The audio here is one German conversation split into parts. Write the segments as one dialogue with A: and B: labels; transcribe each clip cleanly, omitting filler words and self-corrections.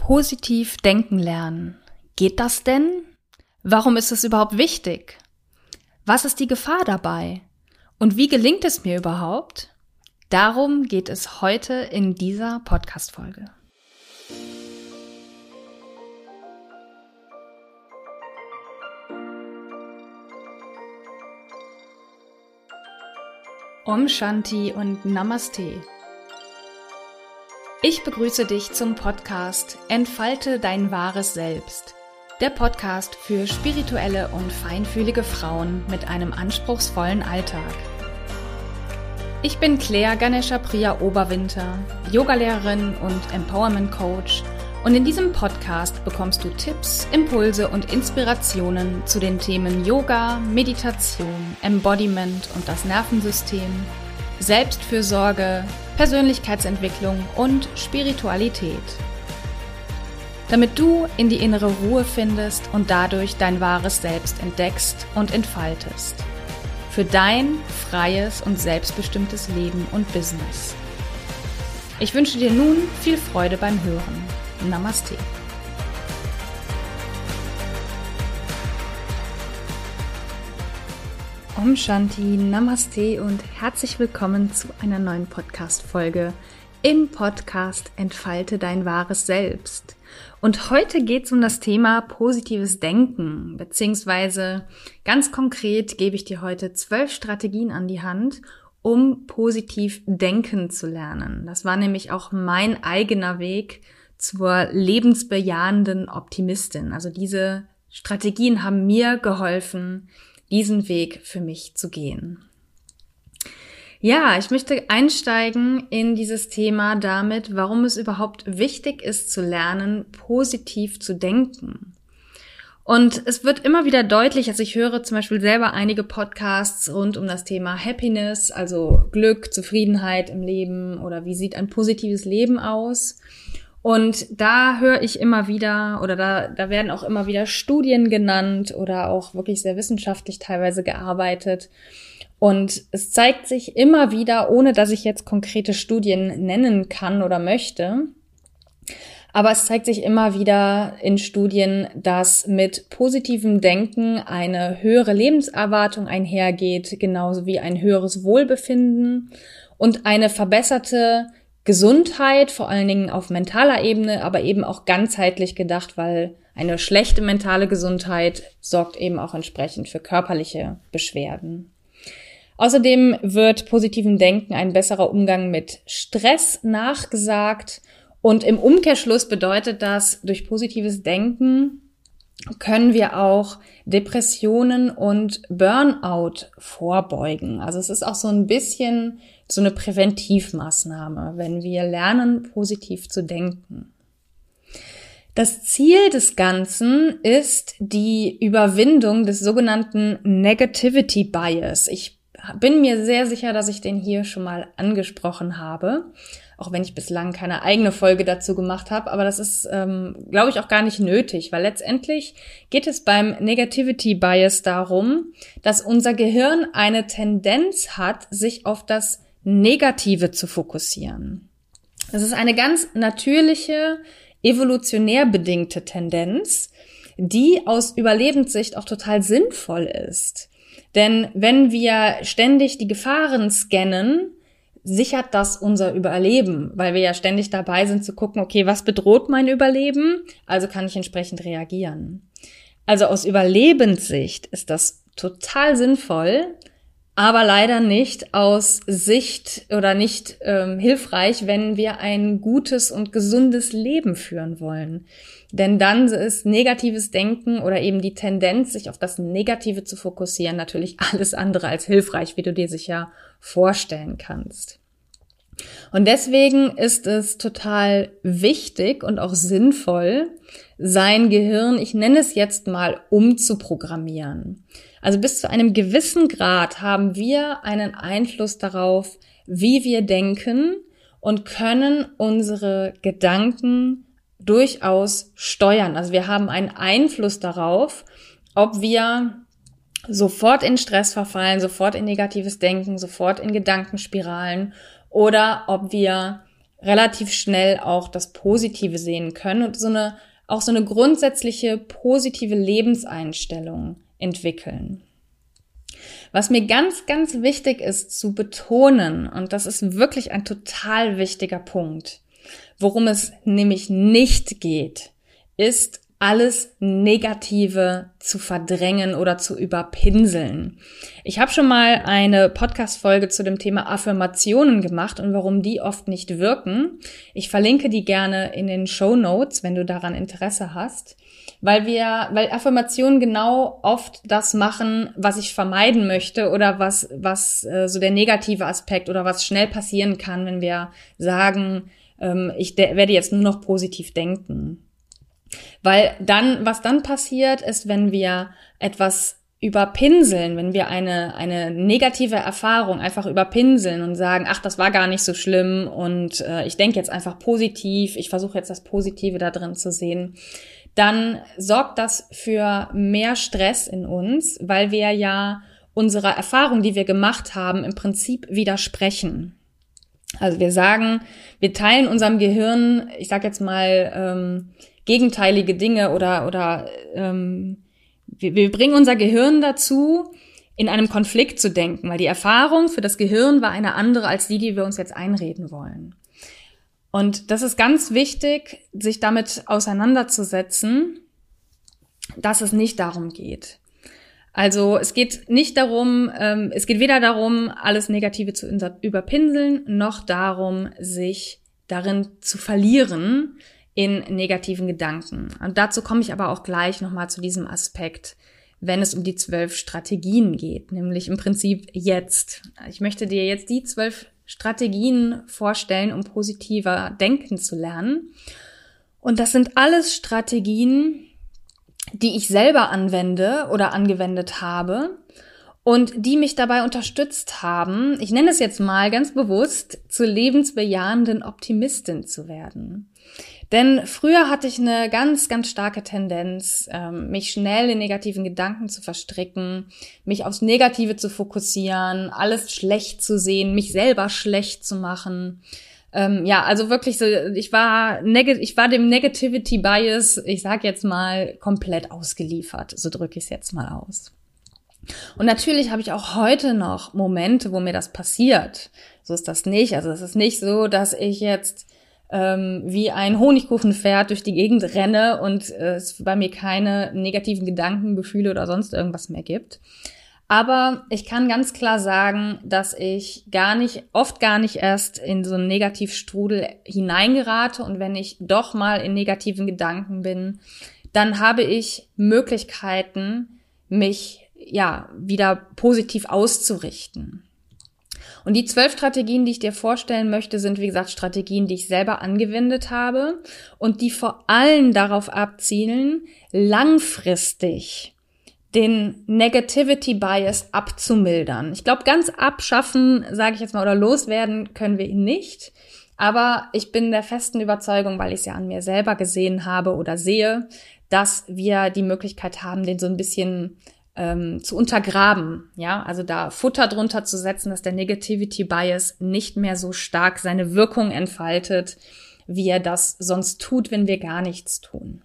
A: Positiv denken lernen. Geht das denn? Warum ist es überhaupt wichtig? Was ist die Gefahr dabei? Und wie gelingt es mir überhaupt? Darum geht es heute in dieser Podcast-Folge. Om Shanti und Namaste. Ich begrüße dich zum Podcast Entfalte dein wahres Selbst. Der Podcast für spirituelle und feinfühlige Frauen mit einem anspruchsvollen Alltag. Ich bin Claire Ganesha Priya Oberwinter, Yogalehrerin und Empowerment Coach, und in diesem Podcast bekommst du Tipps, Impulse und Inspirationen zu den Themen Yoga, Meditation, Embodiment und das Nervensystem, Selbstfürsorge, Persönlichkeitsentwicklung und Spiritualität. Damit du in die innere Ruhe findest und dadurch dein wahres Selbst entdeckst und entfaltest. Für dein freies und selbstbestimmtes Leben und Business. Ich wünsche dir nun viel Freude beim Hören. Namaste. Om Shanti, Namaste und herzlich willkommen zu einer neuen Podcast-Folge im Podcast Entfalte dein wahres Selbst. Und heute geht es um das Thema positives Denken, beziehungsweise ganz konkret gebe ich dir heute 12 Strategien an die Hand, um positiv denken zu lernen. Das war nämlich auch mein eigener Weg zur lebensbejahenden Optimistin. Also diese Strategien haben mir geholfen, diesen Weg für mich zu gehen. Ja, ich möchte einsteigen in dieses Thema damit, warum es überhaupt wichtig ist zu lernen, positiv zu denken. Und es wird immer wieder deutlich, also ich höre zum Beispiel selber einige Podcasts rund um das Thema Happiness, also Glück, Zufriedenheit im Leben oder wie sieht ein positives Leben aus. Und da höre ich immer wieder, oder da werden auch immer wieder Studien genannt oder auch wirklich sehr wissenschaftlich teilweise gearbeitet. Und es zeigt sich immer wieder, ohne dass ich jetzt konkrete Studien nennen kann oder möchte, aber es zeigt sich immer wieder in Studien, dass mit positivem Denken eine höhere Lebenserwartung einhergeht, genauso wie ein höheres Wohlbefinden und eine verbesserte Gesundheit, vor allen Dingen auf mentaler Ebene, aber eben auch ganzheitlich gedacht, weil eine schlechte mentale Gesundheit sorgt eben auch entsprechend für körperliche Beschwerden. Außerdem wird positivem Denken ein besserer Umgang mit Stress nachgesagt und im Umkehrschluss bedeutet das, durch positives Denken können wir auch Depressionen und Burnout vorbeugen. Also es ist auch so ein bisschen so eine Präventivmaßnahme, wenn wir lernen, positiv zu denken. Das Ziel des Ganzen ist die Überwindung des sogenannten Negativity Bias. Ich bin mir sehr sicher, dass ich den hier schon mal angesprochen habe, auch wenn ich bislang keine eigene Folge dazu gemacht habe, aber das ist, glaube ich, auch gar nicht nötig, weil letztendlich geht es beim Negativity Bias darum, dass unser Gehirn eine Tendenz hat, sich auf das Negative zu fokussieren. Das ist eine ganz natürliche, evolutionär bedingte Tendenz, die aus Überlebenssicht auch total sinnvoll ist. Denn wenn wir ständig die Gefahren scannen, sichert das unser Überleben, weil wir ja ständig dabei sind zu gucken, okay, was bedroht mein Überleben? Also kann ich entsprechend reagieren. Also aus Überlebenssicht ist das total sinnvoll, aber leider nicht aus Sicht oder nicht hilfreich, wenn wir ein gutes und gesundes Leben führen wollen. Denn dann ist negatives Denken oder eben die Tendenz, sich auf das Negative zu fokussieren, natürlich alles andere als hilfreich, wie du dir sicher vorstellen kannst. Und deswegen ist es total wichtig und auch sinnvoll, sein Gehirn, ich nenne es jetzt mal, umzuprogrammieren. Also bis zu einem gewissen Grad haben wir einen Einfluss darauf, wie wir denken und können unsere Gedanken durchaus steuern. Also wir haben einen Einfluss darauf, ob wir sofort in Stress verfallen, sofort in negatives Denken, sofort in Gedankenspiralen oder ob wir relativ schnell auch das Positive sehen können und auch so eine grundsätzliche positive Lebenseinstellung entwickeln. Was mir ganz, ganz wichtig ist zu betonen, und das ist wirklich ein total wichtiger Punkt, worum es nämlich nicht geht, ist alles Negative zu verdrängen oder zu überpinseln. Ich habe schon mal eine Podcast-Folge zu dem Thema Affirmationen gemacht und warum die oft nicht wirken. Ich verlinke die gerne in den Shownotes, wenn du daran Interesse hast, weil Affirmationen genau oft das machen, was ich vermeiden möchte oder was so der negative Aspekt oder was schnell passieren kann, wenn wir sagen, ich werde jetzt nur noch positiv denken. Weil was dann passiert, ist, wenn wir etwas überpinseln, wenn wir eine negative Erfahrung einfach überpinseln und sagen, ach, das war gar nicht so schlimm und ich denke jetzt einfach positiv, ich versuche jetzt das Positive da drin zu sehen, dann sorgt das für mehr Stress in uns, weil wir ja unserer Erfahrung, die wir gemacht haben, im Prinzip widersprechen. Also wir teilen unserem Gehirn, ich sag jetzt mal, gegenteilige Dinge oder wir bringen unser Gehirn dazu, in einem Konflikt zu denken, weil die Erfahrung für das Gehirn war eine andere als die wir uns jetzt einreden wollen. Und das ist ganz wichtig, sich damit auseinanderzusetzen, dass es nicht darum geht. Also es geht weder darum, alles Negative zu überpinseln, noch darum, sich darin zu verlieren in negativen Gedanken. Und dazu komme ich aber auch gleich nochmal zu diesem Aspekt, wenn es um die 12 Strategien geht, nämlich im Prinzip jetzt. Ich möchte dir jetzt die 12 Strategien vorstellen, um positiver denken zu lernen. Und das sind alles Strategien, die ich selber anwende oder angewendet habe und die mich dabei unterstützt haben, ich nenne es jetzt mal ganz bewusst, zur lebensbejahenden Optimistin zu werden. Denn früher hatte ich eine ganz, ganz starke Tendenz, mich schnell in negativen Gedanken zu verstricken, mich aufs Negative zu fokussieren, alles schlecht zu sehen, mich selber schlecht zu machen. Also wirklich so, ich war dem Negativity Bias, ich sag jetzt mal, komplett ausgeliefert. So drücke ich es jetzt mal aus. Und natürlich habe ich auch heute noch Momente, wo mir das passiert. So ist das nicht. Also es ist nicht so, dass ich jetzt wie ein Honigkuchenpferd durch die Gegend renne und es bei mir keine negativen Gedanken, Gefühle oder sonst irgendwas mehr gibt. Aber ich kann ganz klar sagen, dass ich oft gar nicht erst in so einen Negativstrudel hineingerate. Und wenn ich doch mal in negativen Gedanken bin, dann habe ich Möglichkeiten, mich wieder positiv auszurichten. Und die 12 Strategien, die ich dir vorstellen möchte, sind, wie gesagt, Strategien, die ich selber angewendet habe und die vor allem darauf abzielen, langfristig den Negativity Bias abzumildern. Ich glaube, ganz abschaffen, sage ich jetzt mal, oder loswerden können wir ihn nicht. Aber ich bin der festen Überzeugung, weil ich es ja an mir selber gesehen habe oder sehe, dass wir die Möglichkeit haben, den so ein bisschen zu untergraben, ja, also da Futter drunter zu setzen, dass der Negativity Bias nicht mehr so stark seine Wirkung entfaltet, wie er das sonst tut, wenn wir gar nichts tun.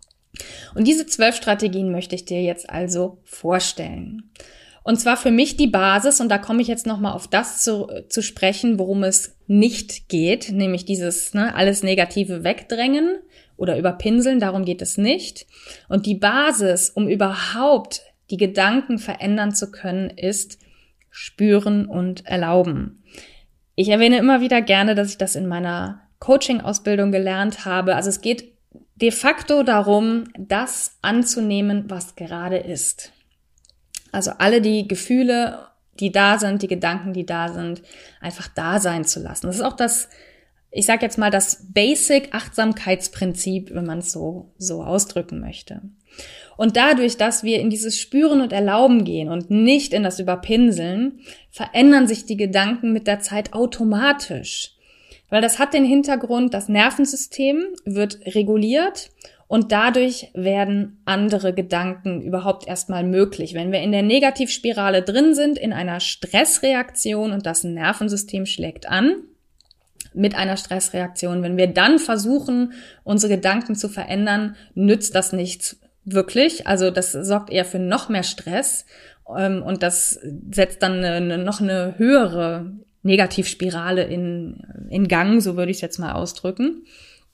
A: Und diese 12 Strategien möchte ich dir jetzt also vorstellen. Und zwar für mich die Basis, und da komme ich jetzt nochmal auf das zu sprechen, worum es nicht geht, nämlich dieses alles Negative wegdrängen oder überpinseln, darum geht es nicht. Und die Basis, um überhaupt die Gedanken verändern zu können, ist spüren und erlauben. Ich erwähne immer wieder gerne, dass ich das in meiner Coaching-Ausbildung gelernt habe. Also es geht de facto darum, das anzunehmen, was gerade ist. Also alle die Gefühle, die da sind, die Gedanken, die da sind, einfach da sein zu lassen. Das ist auch ich sage jetzt mal, das Basic-Achtsamkeitsprinzip, wenn man es so ausdrücken möchte. Und dadurch, dass wir in dieses Spüren und Erlauben gehen und nicht in das Überpinseln, verändern sich die Gedanken mit der Zeit automatisch. Weil das hat den Hintergrund, das Nervensystem wird reguliert und dadurch werden andere Gedanken überhaupt erstmal möglich. Wenn wir in der Negativspirale drin sind, in einer Stressreaktion und das Nervensystem schlägt an, mit einer Stressreaktion. Wenn wir dann versuchen, unsere Gedanken zu verändern, nützt das nichts wirklich. Also das sorgt eher für noch mehr Stress und das setzt dann noch eine höhere Negativspirale in Gang, so würde ich es jetzt mal ausdrücken.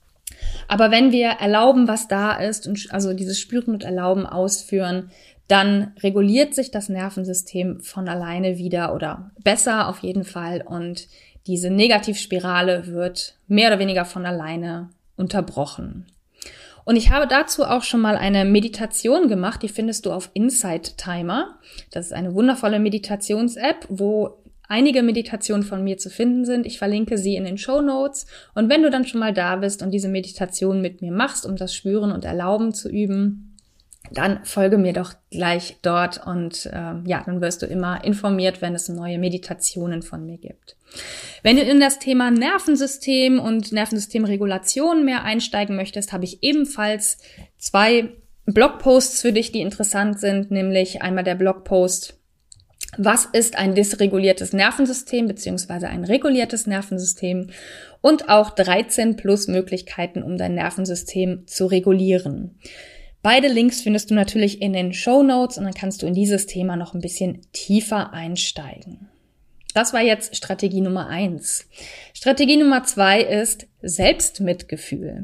A: Aber wenn wir erlauben, was da ist, und also dieses Spüren und Erlauben ausführen, dann reguliert sich das Nervensystem von alleine wieder oder besser auf jeden Fall und diese Negativspirale wird mehr oder weniger von alleine unterbrochen. Und ich habe dazu auch schon mal eine Meditation gemacht, die findest du auf Insight Timer. Das ist eine wundervolle Meditations-App, wo einige Meditationen von mir zu finden sind. Ich verlinke sie in den Shownotes. Und wenn du dann schon mal da bist und diese Meditation mit mir machst, um das Spüren und Erlauben zu üben, dann folge mir doch gleich dort und dann wirst du immer informiert, wenn es neue Meditationen von mir gibt. Wenn du in das Thema Nervensystem und Nervensystemregulation mehr einsteigen möchtest, habe ich ebenfalls 2 Blogposts für dich, die interessant sind, nämlich einmal der Blogpost Was ist ein dysreguliertes Nervensystem bzw. ein reguliertes Nervensystem und auch 13 plus Möglichkeiten, um dein Nervensystem zu regulieren. Beide Links findest du natürlich in den Shownotes und dann kannst du in dieses Thema noch ein bisschen tiefer einsteigen. Das war jetzt Strategie Nummer 1. Strategie Nummer 2 ist Selbstmitgefühl.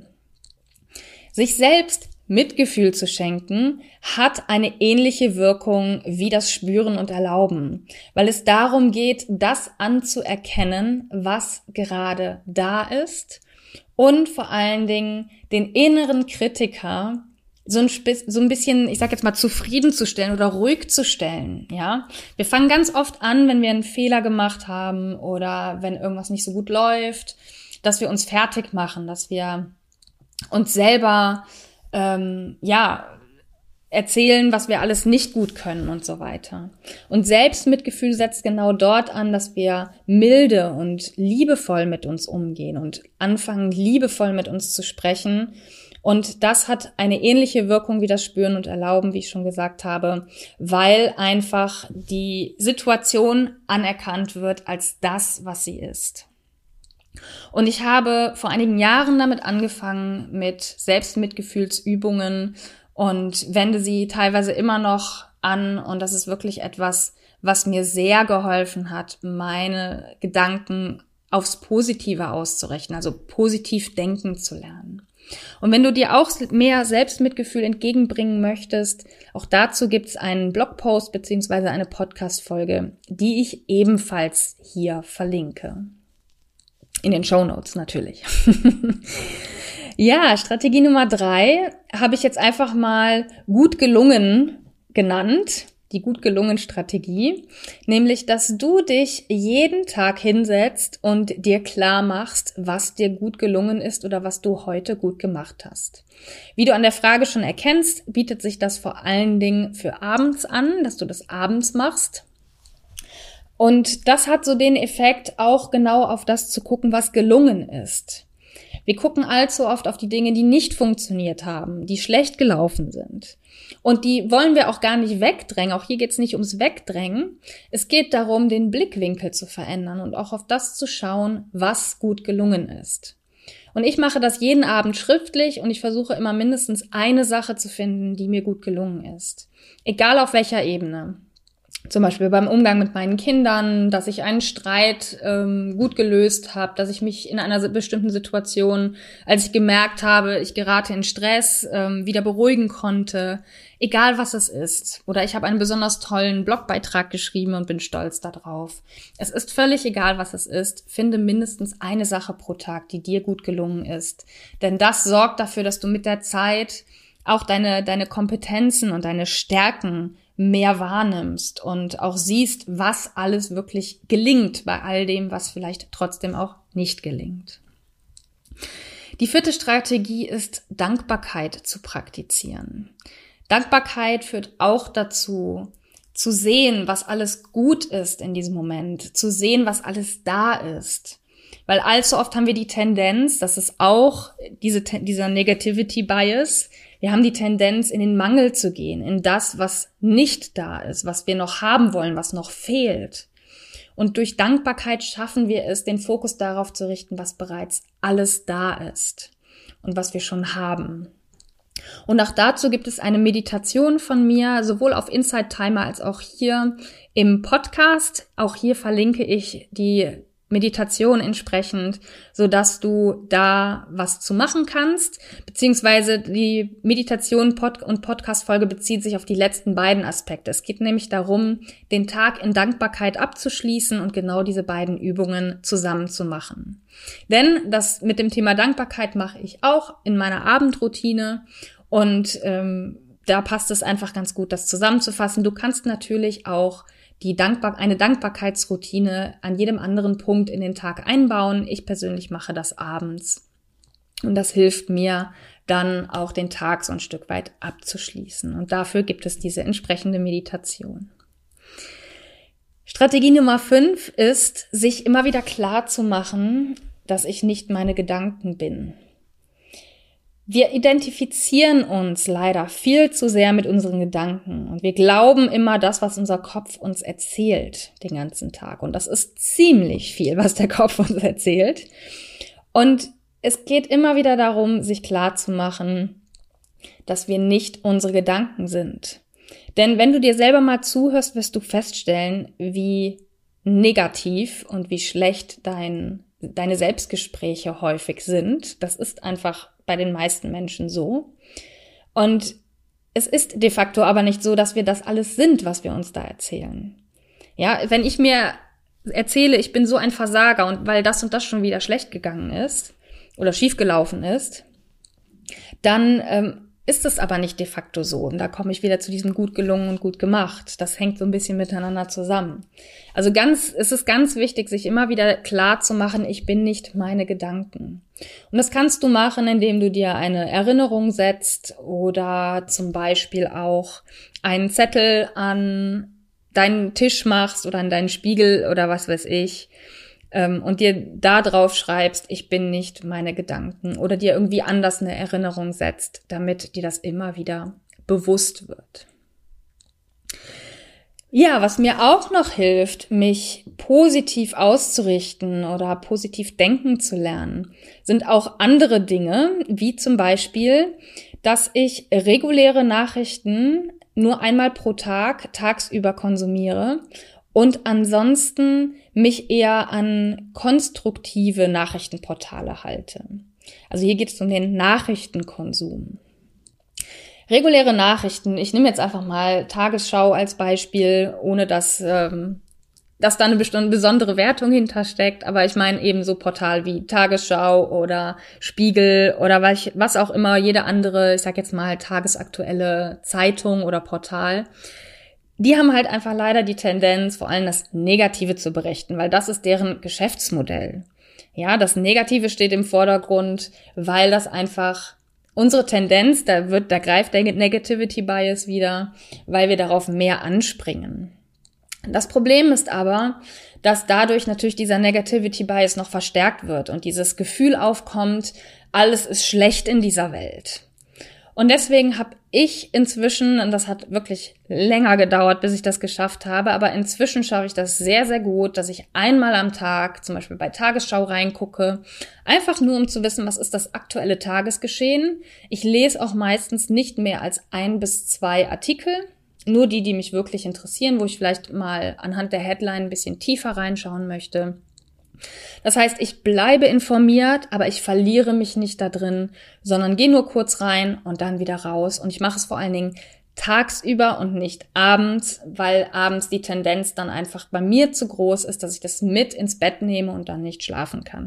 A: Sich selbst Mitgefühl zu schenken, hat eine ähnliche Wirkung wie das Spüren und Erlauben, weil es darum geht, das anzuerkennen, was gerade da ist und vor allen Dingen den inneren Kritiker so ein bisschen, ich sag jetzt mal, zufriedenzustellen oder ruhig zu stellen, ja. Wir fangen ganz oft an, wenn wir einen Fehler gemacht haben oder wenn irgendwas nicht so gut läuft, dass wir uns fertig machen, dass wir uns selber, erzählen, was wir alles nicht gut können und so weiter. Und Selbstmitgefühl setzt genau dort an, dass wir milde und liebevoll mit uns umgehen und anfangen, liebevoll mit uns zu sprechen. Und das hat eine ähnliche Wirkung wie das Spüren und Erlauben, wie ich schon gesagt habe, weil einfach die Situation anerkannt wird als das, was sie ist. Und ich habe vor einigen Jahren damit angefangen mit Selbstmitgefühlsübungen und wende sie teilweise immer noch an. Und das ist wirklich etwas, was mir sehr geholfen hat, meine Gedanken aufs Positive auszurichten, also positiv denken zu lernen. Und wenn du dir auch mehr Selbstmitgefühl entgegenbringen möchtest, auch dazu gibt's einen Blogpost beziehungsweise eine Podcast-Folge, die ich ebenfalls hier verlinke. In den Shownotes natürlich. Ja, Strategie Nummer 3 habe ich jetzt einfach mal gut gelungen genannt. Die gut gelungen Strategie, nämlich, dass du dich jeden Tag hinsetzt und dir klar machst, was dir gut gelungen ist oder was du heute gut gemacht hast. Wie du an der Frage schon erkennst, bietet sich das vor allen Dingen für abends an, dass du das abends machst. Und das hat so den Effekt, auch genau auf das zu gucken, was gelungen ist. Wir gucken allzu oft auf die Dinge, die nicht funktioniert haben, die schlecht gelaufen sind. Und die wollen wir auch gar nicht wegdrängen. Auch hier geht es nicht ums Wegdrängen. Es geht darum, den Blickwinkel zu verändern und auch auf das zu schauen, was gut gelungen ist. Und ich mache das jeden Abend schriftlich und ich versuche immer mindestens eine Sache zu finden, die mir gut gelungen ist. Egal auf welcher Ebene. Zum Beispiel beim Umgang mit meinen Kindern, dass ich einen Streit gut gelöst habe, dass ich mich in einer bestimmten Situation, als ich gemerkt habe, ich gerate in Stress, wieder beruhigen konnte. Egal was es ist. Oder ich habe einen besonders tollen Blogbeitrag geschrieben und bin stolz darauf. Es ist völlig egal, was es ist. Finde mindestens eine Sache pro Tag, die dir gut gelungen ist. Denn das sorgt dafür, dass du mit der Zeit auch deine Kompetenzen und deine Stärken mehr wahrnimmst und auch siehst, was alles wirklich gelingt bei all dem, was vielleicht trotzdem auch nicht gelingt. Die 4. Strategie ist, Dankbarkeit zu praktizieren. Dankbarkeit führt auch dazu, zu sehen, was alles gut ist in diesem Moment, zu sehen, was alles da ist. Weil allzu oft haben wir die Tendenz, dass es auch dieser Negativity Bias, wir haben die Tendenz, in den Mangel zu gehen, in das, was nicht da ist, was wir noch haben wollen, was noch fehlt. Und durch Dankbarkeit schaffen wir es, den Fokus darauf zu richten, was bereits alles da ist und was wir schon haben. Und auch dazu gibt es eine Meditation von mir, sowohl auf Insight Timer als auch hier im Podcast. Auch hier verlinke ich die Meditation entsprechend, sodass du da was zu machen kannst, beziehungsweise die Meditation und Podcast-Folge bezieht sich auf die letzten beiden Aspekte. Es geht nämlich darum, den Tag in Dankbarkeit abzuschließen und genau diese beiden Übungen zusammen zu machen. Denn das mit dem Thema Dankbarkeit mache ich auch in meiner Abendroutine und da passt es einfach ganz gut, das zusammenzufassen. Du kannst natürlich auch eine Dankbarkeitsroutine an jedem anderen Punkt in den Tag einbauen. Ich persönlich mache das abends. Und das hilft mir dann auch den Tag so ein Stück weit abzuschließen. Und dafür gibt es diese entsprechende Meditation. Strategie Nummer 5 ist, sich immer wieder klar zu machen, dass ich nicht meine Gedanken bin. Wir identifizieren uns leider viel zu sehr mit unseren Gedanken und wir glauben immer das, was unser Kopf uns erzählt den ganzen Tag. Und das ist ziemlich viel, was der Kopf uns erzählt. Und es geht immer wieder darum, sich klarzumachen, dass wir nicht unsere Gedanken sind. Denn wenn du dir selber mal zuhörst, wirst du feststellen, wie negativ und wie schlecht deine Selbstgespräche häufig sind. Das ist einfach bei den meisten Menschen so. Und es ist de facto aber nicht so, dass wir das alles sind, was wir uns da erzählen. Ja, wenn ich mir erzähle, ich bin so ein Versager und weil das und das schon wieder schlecht gegangen ist oder schiefgelaufen ist, dann ist es aber nicht de facto so. Und da komme ich wieder zu diesem gut gelungen und gut gemacht. Das hängt so ein bisschen miteinander zusammen. Also es ist ganz wichtig, sich immer wieder klar zu machen, ich bin nicht meine Gedanken. Und das kannst du machen, indem du dir eine Erinnerung setzt oder zum Beispiel auch einen Zettel an deinen Tisch machst oder an deinen Spiegel oder was weiß ich. Und dir da drauf schreibst, ich bin nicht meine Gedanken oder dir irgendwie anders eine Erinnerung setzt, damit dir das immer wieder bewusst wird. Ja, was mir auch noch hilft, mich positiv auszurichten oder positiv denken zu lernen, sind auch andere Dinge, wie zum Beispiel, dass ich reguläre Nachrichten nur einmal pro Tag tagsüber konsumiere und ansonsten mich eher an konstruktive Nachrichtenportale halte. Also hier geht es um den Nachrichtenkonsum. Reguläre Nachrichten, ich nehme jetzt einfach mal Tagesschau als Beispiel, ohne dass da eine besondere Wertung hintersteckt, aber ich meine eben so Portal wie Tagesschau oder Spiegel oder was auch immer, jede andere, ich sag jetzt mal tagesaktuelle Zeitung oder Portal. Die haben halt einfach leider die Tendenz, vor allem das Negative zu berichten, weil das ist deren Geschäftsmodell. Ja, das Negative steht im Vordergrund, weil das einfach unsere Tendenz, da greift der Negativity Bias wieder, weil wir darauf mehr anspringen. Das Problem ist aber, dass dadurch natürlich dieser Negativity Bias noch verstärkt wird und dieses Gefühl aufkommt, alles ist schlecht in dieser Welt. Und deswegen habe ich inzwischen, und das hat wirklich länger gedauert, bis ich das geschafft habe, aber inzwischen schaffe ich das sehr, sehr gut, dass ich einmal am Tag zum Beispiel bei Tagesschau reingucke, einfach nur um zu wissen, was ist das aktuelle Tagesgeschehen. Ich lese auch meistens nicht mehr als 1 bis 2 Artikel, nur die mich wirklich interessieren, wo ich vielleicht mal anhand der Headline ein bisschen tiefer reinschauen möchte. Das heißt, ich bleibe informiert, aber ich verliere mich nicht da drin, sondern gehe nur kurz rein und dann wieder raus. Und ich mache es vor allen Dingen tagsüber und nicht abends, weil abends die Tendenz dann einfach bei mir zu groß ist, dass ich das mit ins Bett nehme und dann nicht schlafen kann.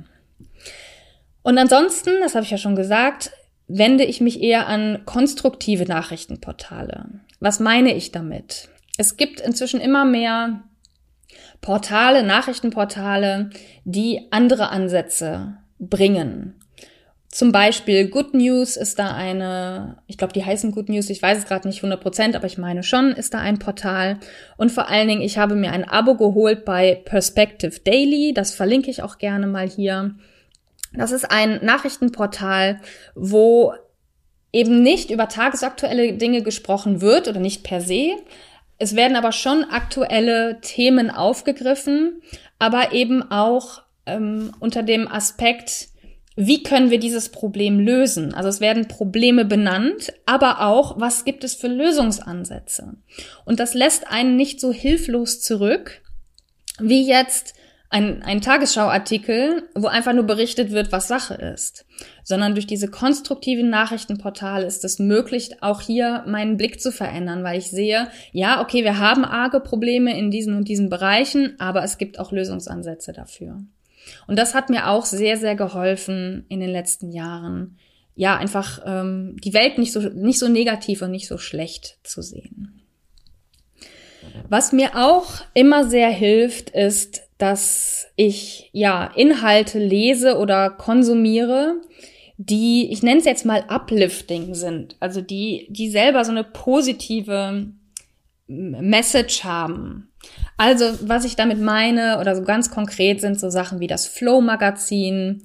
A: Und ansonsten, das habe ich ja schon gesagt, wende ich mich eher an konstruktive Nachrichtenportale. Was meine ich damit? Es gibt inzwischen immer mehr Portale, Nachrichtenportale, die andere Ansätze bringen. Zum Beispiel Good News ist da eine, ich glaube, die heißen Good News, ich weiß es gerade nicht 100%, aber ich meine schon, ist da ein Portal. Und vor allen Dingen, ich habe mir ein Abo geholt bei Perspective Daily, das verlinke ich auch gerne mal hier. Das ist ein Nachrichtenportal, wo eben nicht über tagesaktuelle Dinge gesprochen wird oder nicht per se, Es werden aber schon aktuelle Themen aufgegriffen, aber eben auch unter dem Aspekt, wie können wir dieses Problem lösen? Also es werden Probleme benannt, aber auch, was gibt es für Lösungsansätze? Und das lässt einen nicht so hilflos zurück, wie jetzt ein Tagesschau-Artikel, wo einfach nur berichtet wird, was Sache ist. Sondern durch diese konstruktiven Nachrichtenportale ist es möglich, auch hier meinen Blick zu verändern, weil ich sehe, ja, okay, wir haben arge Probleme in diesen und diesen Bereichen, aber es gibt auch Lösungsansätze dafür. Und das hat mir auch sehr, sehr geholfen in den letzten Jahren, ja, einfach die Welt nicht so negativ und nicht so schlecht zu sehen. Was mir auch immer sehr hilft, ist, dass ich ja Inhalte lese oder konsumiere, die, ich nenne es jetzt mal uplifting sind, also die selber so eine positive Message haben. Also, was ich damit meine, oder so ganz konkret sind so Sachen wie das Flow-Magazin,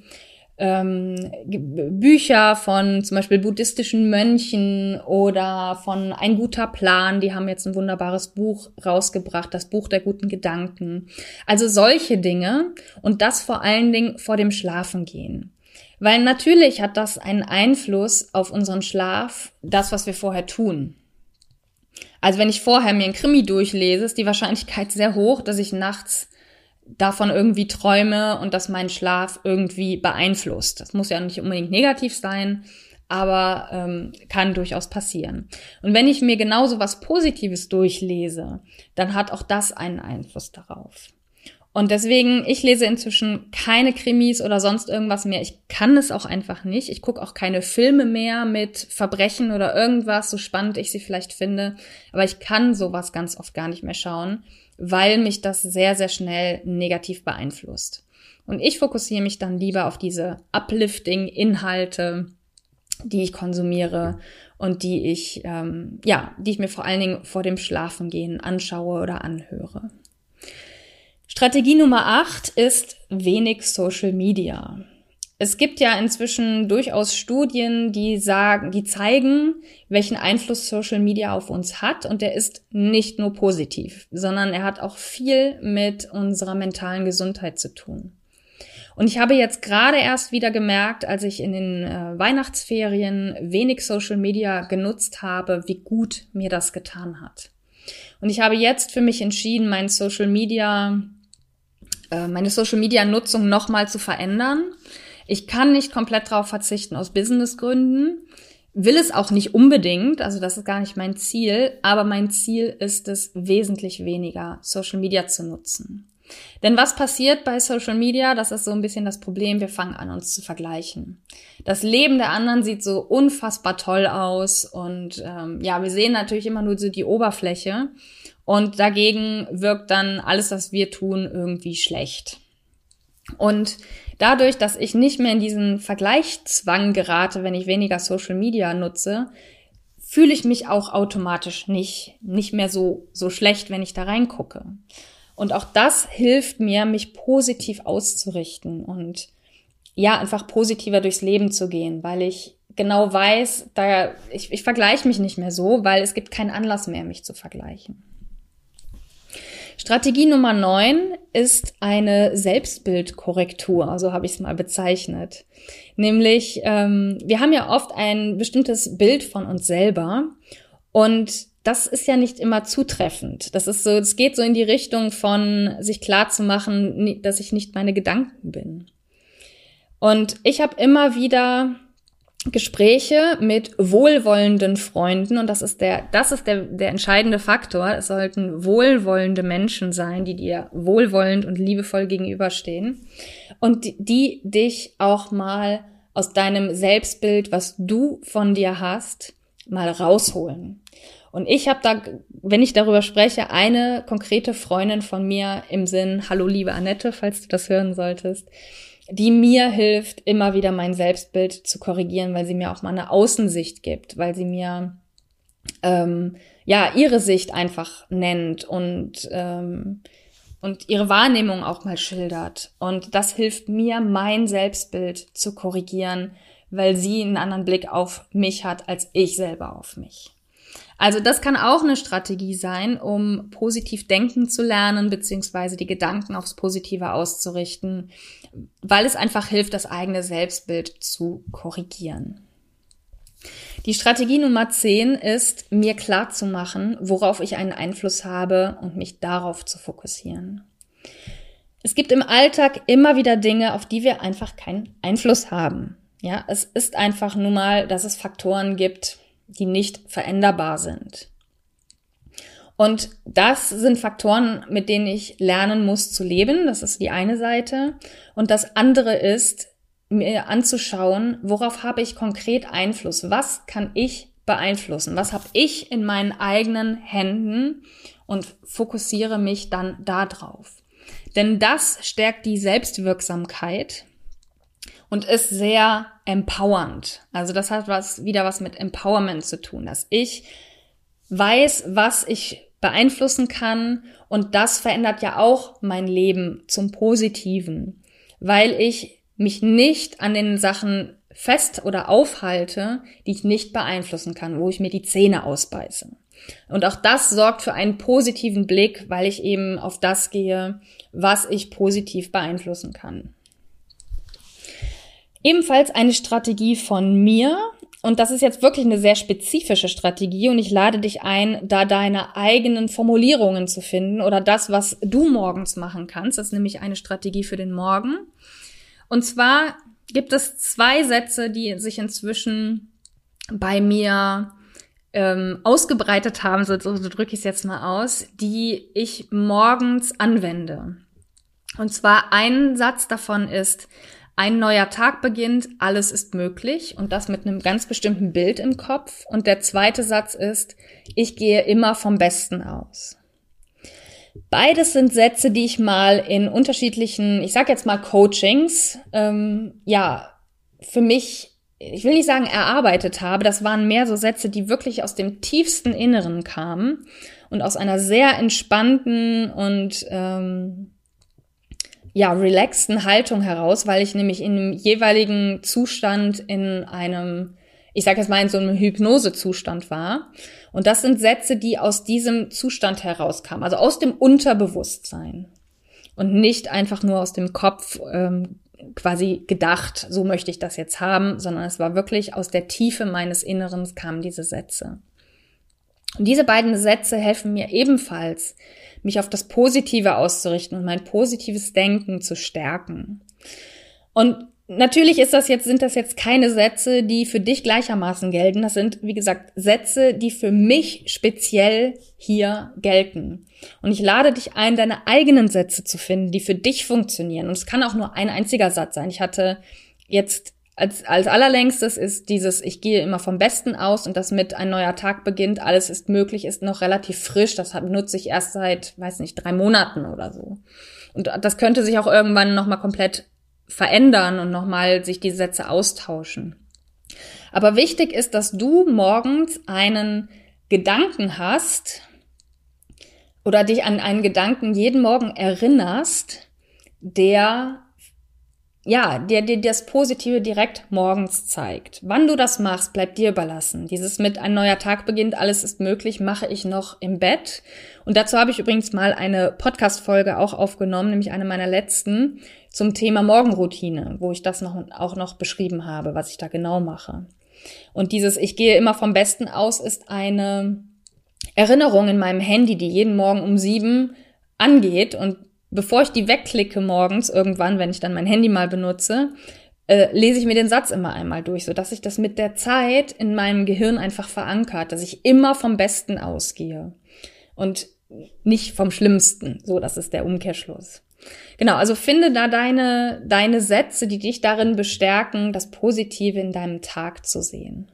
A: Bücher von zum Beispiel buddhistischen Mönchen oder von Ein guter Plan, die haben jetzt ein wunderbares Buch rausgebracht, das Buch der guten Gedanken. Also solche Dinge und das vor allen Dingen vor dem Schlafengehen. Weil natürlich hat das einen Einfluss auf unseren Schlaf, das, was wir vorher tun. Also wenn ich vorher mir einen Krimi durchlese, ist die Wahrscheinlichkeit sehr hoch, dass ich nachts davon irgendwie träume und das meinen Schlaf irgendwie beeinflusst. Das muss ja nicht unbedingt negativ sein, aber kann durchaus passieren. Und wenn ich mir genauso was Positives durchlese, dann hat auch das einen Einfluss darauf. Und deswegen, ich lese inzwischen keine Krimis oder sonst irgendwas mehr. Ich kann es auch einfach nicht. Ich gucke auch keine Filme mehr mit Verbrechen oder irgendwas, so spannend ich sie vielleicht finde. Aber ich kann sowas ganz oft gar nicht mehr schauen, weil mich das sehr, sehr schnell negativ beeinflusst. Und ich fokussiere mich dann lieber auf diese Uplifting-Inhalte, die ich konsumiere und die ich mir vor allen Dingen vor dem Schlafengehen anschaue oder anhöre. Strategie Nummer 8 ist wenig Social Media. Es gibt ja inzwischen durchaus Studien, die zeigen, welchen Einfluss Social Media auf uns hat. Und der ist nicht nur positiv, sondern er hat auch viel mit unserer mentalen Gesundheit zu tun. Und ich habe jetzt gerade erst wieder gemerkt, als ich in den Weihnachtsferien wenig Social Media genutzt habe, wie gut mir das getan hat. Und ich habe jetzt für mich entschieden, meine Social Media Nutzung nochmal zu verändern. Ich kann nicht komplett darauf verzichten aus Businessgründen, will es auch nicht unbedingt, also das ist gar nicht mein Ziel, aber mein Ziel ist es, wesentlich weniger Social Media zu nutzen. Denn was passiert bei Social Media? Das ist so ein bisschen das Problem, wir fangen an, uns zu vergleichen. Das Leben der anderen sieht so unfassbar toll aus und wir sehen natürlich immer nur so die Oberfläche und dagegen wirkt dann alles, was wir tun, irgendwie schlecht. Und dadurch, dass ich nicht mehr in diesen Vergleichszwang gerate, wenn ich weniger Social Media nutze, fühle ich mich auch automatisch nicht mehr so schlecht, wenn ich da reingucke. Und auch das hilft mir, mich positiv auszurichten und ja, einfach positiver durchs Leben zu gehen, weil ich genau weiß, ich vergleiche mich nicht mehr so, weil es gibt keinen Anlass mehr, mich zu vergleichen. Strategie Nummer 9 ist eine Selbstbildkorrektur, so habe ich es mal bezeichnet. Nämlich, wir haben ja oft ein bestimmtes Bild von uns selber und das ist ja nicht immer zutreffend. Das ist so, es geht so in die Richtung von sich klarzumachen, dass ich nicht meine Gedanken bin. Und ich habe immer wieder Gespräche mit wohlwollenden Freunden und das ist der entscheidende Faktor. Es sollten wohlwollende Menschen sein, die dir wohlwollend und liebevoll gegenüberstehen und die dich auch mal aus deinem Selbstbild, was du von dir hast, mal rausholen. Und ich habe da, wenn ich darüber spreche, eine konkrete Freundin von mir im Sinn, hallo liebe Annette, falls du das hören solltest, die mir hilft, immer wieder mein Selbstbild zu korrigieren, weil sie mir auch mal eine Außensicht gibt, weil sie mir ihre Sicht einfach nennt und ihre Wahrnehmung auch mal schildert. Und das hilft mir, mein Selbstbild zu korrigieren, weil sie einen anderen Blick auf mich hat, als ich selber auf mich. Also das kann auch eine Strategie sein, um positiv denken zu lernen, beziehungsweise die Gedanken aufs Positive auszurichten, weil es einfach hilft, das eigene Selbstbild zu korrigieren. Die Strategie Nummer 10 ist, mir klarzumachen, worauf ich einen Einfluss habe und mich darauf zu fokussieren. Es gibt im Alltag immer wieder Dinge, auf die wir einfach keinen Einfluss haben. Ja, es ist einfach nun mal, dass es Faktoren gibt, die nicht veränderbar sind. Und das sind Faktoren, mit denen ich lernen muss zu leben. Das ist die eine Seite. Und das andere ist, mir anzuschauen, worauf habe ich konkret Einfluss? Was kann ich beeinflussen? Was habe ich in meinen eigenen Händen? Und fokussiere mich dann darauf. Denn das stärkt die Selbstwirksamkeit und ist sehr empowernd. Also das hat wieder was mit Empowerment zu tun, dass ich weiß, was ich beeinflussen kann, und das verändert ja auch mein Leben zum Positiven, weil ich mich nicht an den Sachen fest oder aufhalte, die ich nicht beeinflussen kann, wo ich mir die Zähne ausbeiße. Und auch das sorgt für einen positiven Blick, weil ich eben auf das gehe, was ich positiv beeinflussen kann. Ebenfalls eine Strategie von mir, und das ist jetzt wirklich eine sehr spezifische Strategie, und ich lade dich ein, da deine eigenen Formulierungen zu finden oder das, was du morgens machen kannst. Das ist nämlich eine Strategie für den Morgen. Und zwar gibt es 2 Sätze, die sich inzwischen bei mir ausgebreitet haben, so drücke ich es jetzt mal aus, die ich morgens anwende. Und zwar ein Satz davon ist: Ein neuer Tag beginnt, alles ist möglich, und das mit einem ganz bestimmten Bild im Kopf. Und der zweite Satz ist: Ich gehe immer vom Besten aus. Beides sind Sätze, die ich mal in unterschiedlichen, ich sag jetzt mal Coachings, für mich, ich will nicht sagen erarbeitet habe. Das waren mehr so Sätze, die wirklich aus dem tiefsten Inneren kamen und aus einer sehr entspannten und relaxten Haltung heraus, weil ich nämlich in dem jeweiligen Zustand in einem, ich sage jetzt mal, in so einem Hypnosezustand war. Und das sind Sätze, die aus diesem Zustand herauskamen, also aus dem Unterbewusstsein und nicht einfach nur aus dem Kopf quasi gedacht, so möchte ich das jetzt haben, sondern es war wirklich aus der Tiefe meines Inneren kamen diese Sätze. Und diese beiden Sätze helfen mir ebenfalls, mich auf das Positive auszurichten und mein positives Denken zu stärken. Und natürlich sind das jetzt keine Sätze, die für dich gleichermaßen gelten. Das sind, wie gesagt, Sätze, die für mich speziell hier gelten. Und ich lade dich ein, deine eigenen Sätze zu finden, die für dich funktionieren. Und es kann auch nur ein einziger Satz sein. Ich hatte jetzt als allerlängstes ist dieses: Ich gehe immer vom Besten aus, und das mit ein neuer Tag beginnt, alles ist möglich, ist noch relativ frisch. Das nutze ich erst seit, 3 Monaten oder so. Und das könnte sich auch irgendwann nochmal komplett verändern und nochmal sich die Sätze austauschen. Aber wichtig ist, dass du morgens einen Gedanken hast oder dich an einen Gedanken jeden Morgen erinnerst, der dir das Positive direkt morgens zeigt. Wann du das machst, bleibt dir überlassen. Dieses mit ein neuer Tag beginnt, alles ist möglich, mache ich noch im Bett. Und dazu habe ich übrigens mal eine Podcast-Folge auch aufgenommen, nämlich eine meiner letzten, zum Thema Morgenroutine, wo ich das auch noch beschrieben habe, was ich da genau mache. Und dieses Ich gehe immer vom Besten aus ist eine Erinnerung in meinem Handy, die jeden Morgen um 7 angeht, und bevor ich die wegklicke morgens irgendwann, wenn ich dann mein Handy mal benutze, lese ich mir den Satz immer einmal durch, sodass sich das mit der Zeit in meinem Gehirn einfach verankert, dass ich immer vom Besten ausgehe und nicht vom Schlimmsten. So, das ist der Umkehrschluss. Genau, also finde da deine Sätze, die dich darin bestärken, das Positive in deinem Tag zu sehen.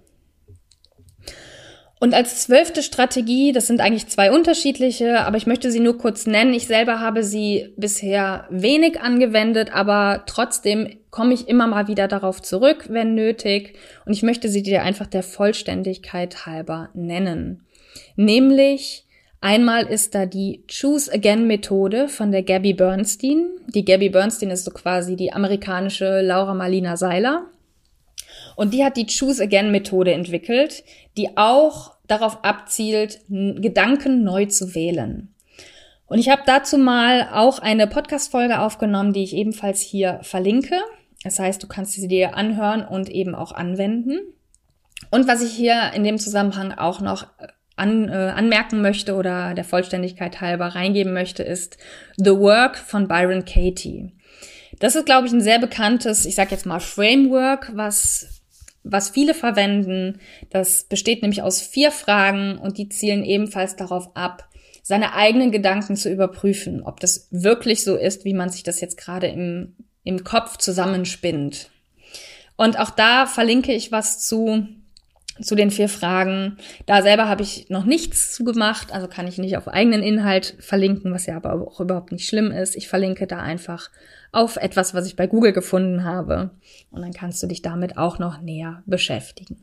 A: Und als 12. Strategie, das sind eigentlich 2 unterschiedliche, aber ich möchte sie nur kurz nennen. Ich selber habe sie bisher wenig angewendet, aber trotzdem komme ich immer mal wieder darauf zurück, wenn nötig. Und ich möchte sie dir einfach der Vollständigkeit halber nennen. Nämlich, einmal ist da die Choose Again Methode von der Gabby Bernstein. Die Gabby Bernstein ist so quasi die amerikanische Laura Marlina Seiler. Und die hat die Choose Again Methode entwickelt, die auch darauf abzielt, Gedanken neu zu wählen. Und ich habe dazu mal auch eine Podcast-Folge aufgenommen, die ich ebenfalls hier verlinke. Das heißt, du kannst sie dir anhören und eben auch anwenden. Und was ich hier in dem Zusammenhang auch noch anmerken möchte oder der Vollständigkeit halber reingeben möchte, ist The Work von Byron Katie. Das ist, glaube ich, ein sehr bekanntes, ich sage jetzt mal Framework, was viele verwenden. Das besteht nämlich aus 4 Fragen und die zielen ebenfalls darauf ab, seine eigenen Gedanken zu überprüfen, ob das wirklich so ist, wie man sich das jetzt gerade im Kopf zusammenspinnt. Und auch da verlinke ich was zu den 4 Fragen. Da selber habe ich noch nichts zu gemacht, also kann ich nicht auf eigenen Inhalt verlinken, was ja aber auch überhaupt nicht schlimm ist. Ich verlinke da einfach auf etwas, was ich bei Google gefunden habe. Und dann kannst du dich damit auch noch näher beschäftigen.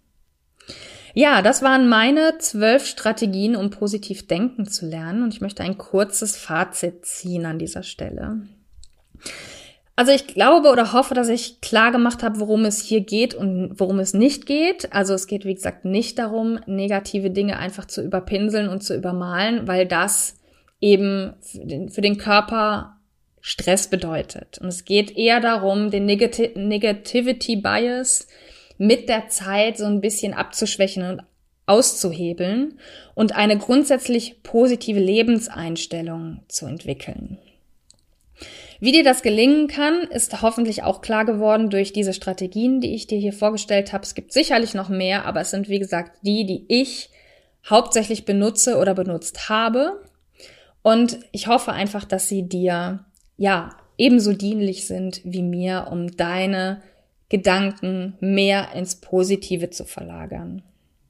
A: Ja, das waren meine 12 Strategien, um positiv denken zu lernen. Und ich möchte ein kurzes Fazit ziehen an dieser Stelle. Also ich glaube oder hoffe, dass ich klar gemacht habe, worum es hier geht und worum es nicht geht. Also es geht, wie gesagt, nicht darum, negative Dinge einfach zu überpinseln und zu übermalen, weil das eben für den Körper Stress bedeutet. Und es geht eher darum, den Negativity Bias mit der Zeit so ein bisschen abzuschwächen und auszuhebeln und eine grundsätzlich positive Lebenseinstellung zu entwickeln. Wie dir das gelingen kann, ist hoffentlich auch klar geworden durch diese Strategien, die ich dir hier vorgestellt habe. Es gibt sicherlich noch mehr, aber es sind, wie gesagt, die ich hauptsächlich benutze oder benutzt habe. Und ich hoffe einfach, dass sie dir, ja, ebenso dienlich sind wie mir, um deine Gedanken mehr ins Positive zu verlagern.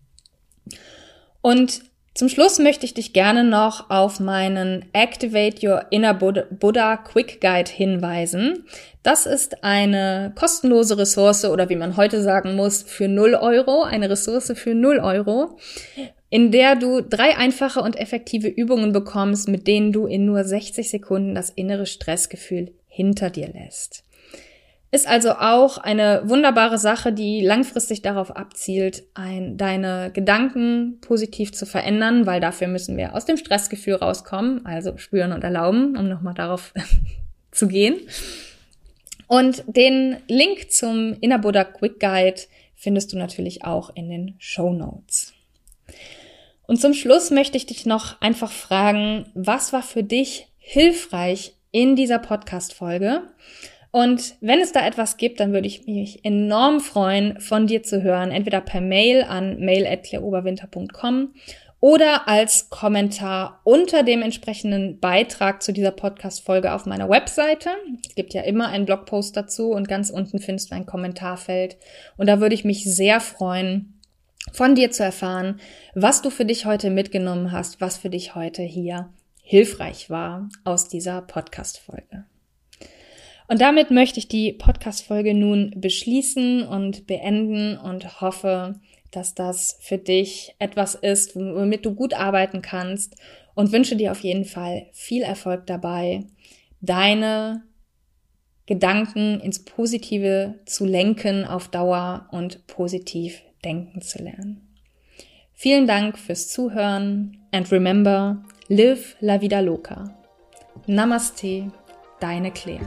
A: Und zum Schluss möchte ich dich gerne noch auf meinen Activate Your Inner Buddha Quick Guide hinweisen. Das ist eine kostenlose Ressource oder wie man heute sagen muss, für 0 Euro, eine Ressource für 0 Euro, in der du 3 einfache und effektive Übungen bekommst, mit denen du in nur 60 Sekunden das innere Stressgefühl hinter dir lässt. Ist also auch eine wunderbare Sache, die langfristig darauf abzielt, deine Gedanken positiv zu verändern, weil dafür müssen wir aus dem Stressgefühl rauskommen, also spüren und erlauben, um nochmal darauf zu gehen. Und den Link zum Inner Buddha Quick Guide findest du natürlich auch in den Shownotes. Und zum Schluss möchte ich dich noch einfach fragen, was war für dich hilfreich in dieser Podcast-Folge? Und wenn es da etwas gibt, dann würde ich mich enorm freuen, von dir zu hören, entweder per Mail an mail@claireoberwinter.com oder als Kommentar unter dem entsprechenden Beitrag zu dieser Podcast-Folge auf meiner Webseite. Es gibt ja immer einen Blogpost dazu und ganz unten findest du ein Kommentarfeld. Und da würde ich mich sehr freuen, von dir zu erfahren, was du für dich heute mitgenommen hast, was für dich heute hier hilfreich war aus dieser Podcast-Folge. Und damit möchte ich die Podcast-Folge nun beschließen und beenden und hoffe, dass das für dich etwas ist, womit du gut arbeiten kannst und wünsche dir auf jeden Fall viel Erfolg dabei, deine Gedanken ins Positive zu lenken auf Dauer und positiv denken zu lernen. Vielen Dank fürs Zuhören and remember, live la vida loca. Namaste, deine Claire.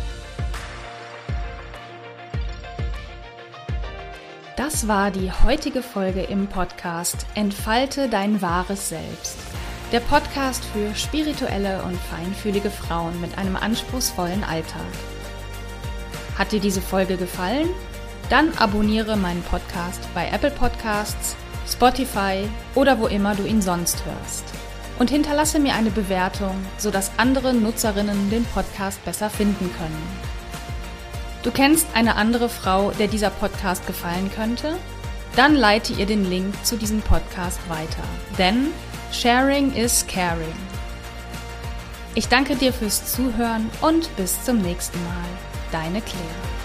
A: Das war die heutige Folge im Podcast Entfalte dein wahres Selbst. Der Podcast für spirituelle und feinfühlige Frauen mit einem anspruchsvollen Alltag. Hat dir diese Folge gefallen? Dann abonniere meinen Podcast bei Apple Podcasts, Spotify oder wo immer du ihn sonst hörst. Und hinterlasse mir eine Bewertung, sodass andere Nutzerinnen den Podcast besser finden können. Du kennst eine andere Frau, der dieser Podcast gefallen könnte? Dann leite ihr den Link zu diesem Podcast weiter. Denn Sharing is Caring. Ich danke dir fürs Zuhören und bis zum nächsten Mal. Deine Claire.